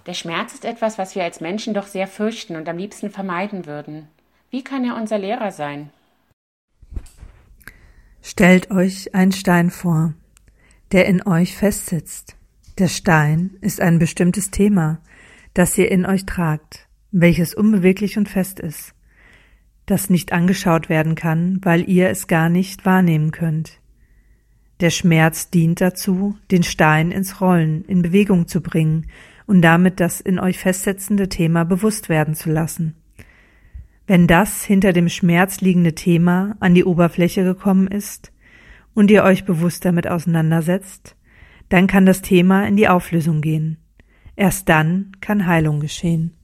Der Schmerz ist etwas, was wir als Menschen doch sehr fürchten und am liebsten vermeiden würden. Wie kann er unser Lehrer sein? Stellt euch einen Stein vor, der in euch festsitzt. Der Stein ist ein bestimmtes Thema, das ihr in euch tragt, welches unbeweglich und fest ist, das nicht angeschaut werden kann, weil ihr es gar nicht wahrnehmen könnt. Der Schmerz dient dazu, den Stein ins Rollen, in Bewegung zu bringen und damit das in euch festsetzende Thema bewusst werden zu lassen. Wenn das hinter dem Schmerz liegende Thema an die Oberfläche gekommen ist und ihr euch bewusst damit auseinandersetzt, dann kann das Thema in die Auflösung gehen. Erst dann kann Heilung geschehen.